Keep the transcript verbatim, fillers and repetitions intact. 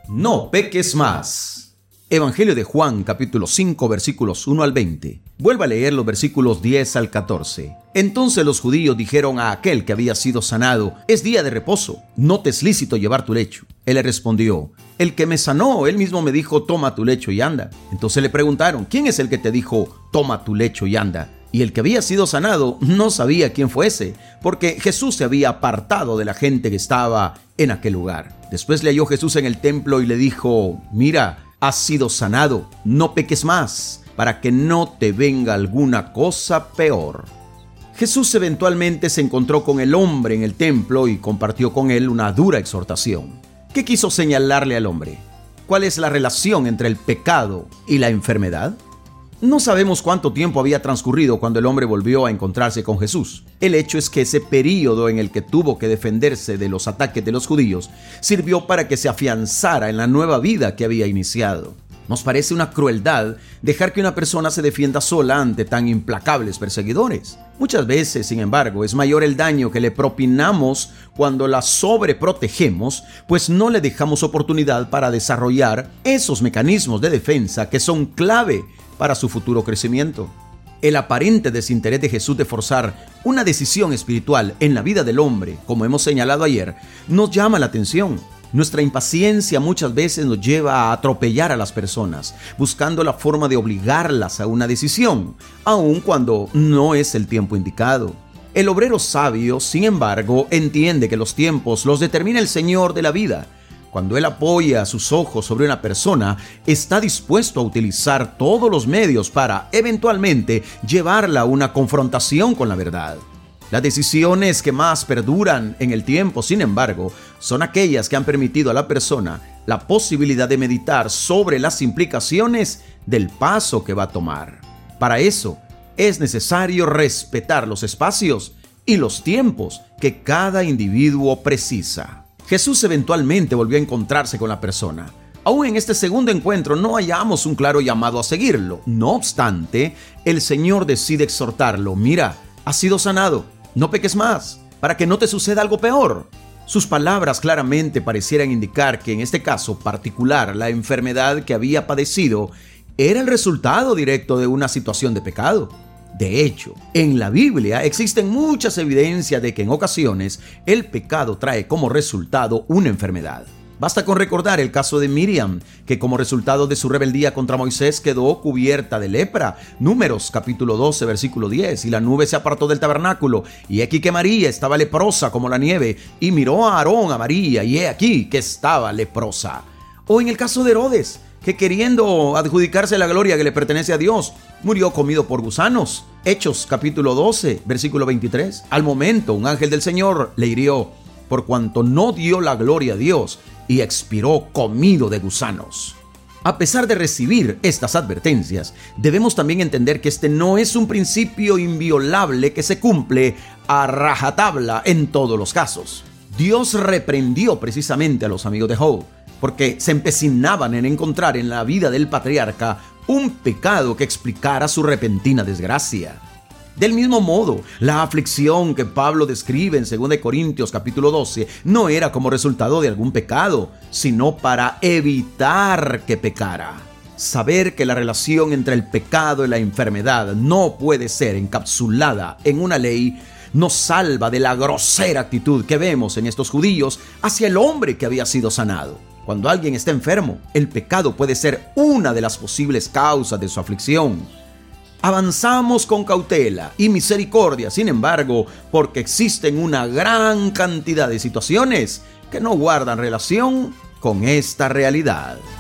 No peques más. Evangelio de Juan, capítulo cinco, versículos uno al veinte. Vuelva a leer los versículos diez al catorce. Entonces los judíos dijeron a aquel que había sido sanado: es día de reposo, no te es lícito llevar tu lecho. Él le respondió: el que me sanó, él mismo me dijo: toma tu lecho y anda. Entonces le preguntaron: ¿quién es el que te dijo: toma tu lecho y anda? Y el que había sido sanado no sabía quién fuese, porque Jesús se había apartado de la gente que estaba en aquel lugar. Después le halló Jesús en el templo y le dijo: mira, has sido sanado, no peques más, para que no te venga alguna cosa peor. Jesús eventualmente se encontró con el hombre en el templo y compartió con él una dura exhortación. ¿Qué quiso señalarle al hombre? ¿Cuál es la relación entre el pecado y la enfermedad? No sabemos cuánto tiempo había transcurrido cuando el hombre volvió a encontrarse con Jesús. El hecho es que ese período en el que tuvo que defenderse de los ataques de los judíos sirvió para que se afianzara en la nueva vida que había iniciado. Nos parece una crueldad dejar que una persona se defienda sola ante tan implacables perseguidores. Muchas veces, sin embargo, es mayor el daño que le propinamos cuando la sobreprotegemos, pues no le dejamos oportunidad para desarrollar esos mecanismos de defensa que son clave para su futuro crecimiento. El aparente desinterés de Jesús de forzar una decisión espiritual en la vida del hombre, como hemos señalado ayer, nos llama la atención. Nuestra impaciencia muchas veces nos lleva a atropellar a las personas, buscando la forma de obligarlas a una decisión, aun cuando no es el tiempo indicado. El obrero sabio, sin embargo, entiende que los tiempos los determina el Señor de la vida. Cuando él apoya sus ojos sobre una persona, está dispuesto a utilizar todos los medios para, eventualmente, llevarla a una confrontación con la verdad. Las decisiones que más perduran en el tiempo, sin embargo, son aquellas que han permitido a la persona la posibilidad de meditar sobre las implicaciones del paso que va a tomar. Para eso, es necesario respetar los espacios y los tiempos que cada individuo precisa. Jesús eventualmente volvió a encontrarse con la persona. Aún en este segundo encuentro no hallamos un claro llamado a seguirlo. No obstante, el Señor decide exhortarlo: mira, has sido sanado, no peques más, para que no te suceda algo peor. Sus palabras claramente parecieran indicar que en este caso particular, la enfermedad que había padecido era el resultado directo de una situación de pecado. De hecho, en la Biblia existen muchas evidencias de que en ocasiones el pecado trae como resultado una enfermedad. Basta con recordar el caso de Miriam, que como resultado de su rebeldía contra Moisés quedó cubierta de lepra. Números capítulo doce, versículo diez. Y la nube se apartó del tabernáculo, y he aquí que María estaba leprosa como la nieve, y miró a Aarón a María, y he aquí que estaba leprosa. O en el caso de Herodes, que queriendo adjudicarse la gloria que le pertenece a Dios, murió comido por gusanos. Hechos capítulo doce, versículo veintitrés. Al momento, un ángel del Señor le hirió, por cuanto no dio la gloria a Dios, y expiró comido de gusanos. A pesar de recibir estas advertencias, debemos también entender que este no es un principio inviolable que se cumple a rajatabla en todos los casos. Dios reprendió precisamente a los amigos de Job, porque se empecinaban en encontrar en la vida del patriarca un pecado que explicara su repentina desgracia. Del mismo modo, la aflicción que Pablo describe en segunda de Corintios capítulo doce no era como resultado de algún pecado, sino para evitar que pecara. Saber que la relación entre el pecado y la enfermedad no puede ser encapsulada en una ley nos salva de la grosera actitud que vemos en estos judíos hacia el hombre que había sido sanado. Cuando alguien está enfermo, el pecado puede ser una de las posibles causas de su aflicción. Avanzamos con cautela y misericordia, sin embargo, porque existen una gran cantidad de situaciones que no guardan relación con esta realidad.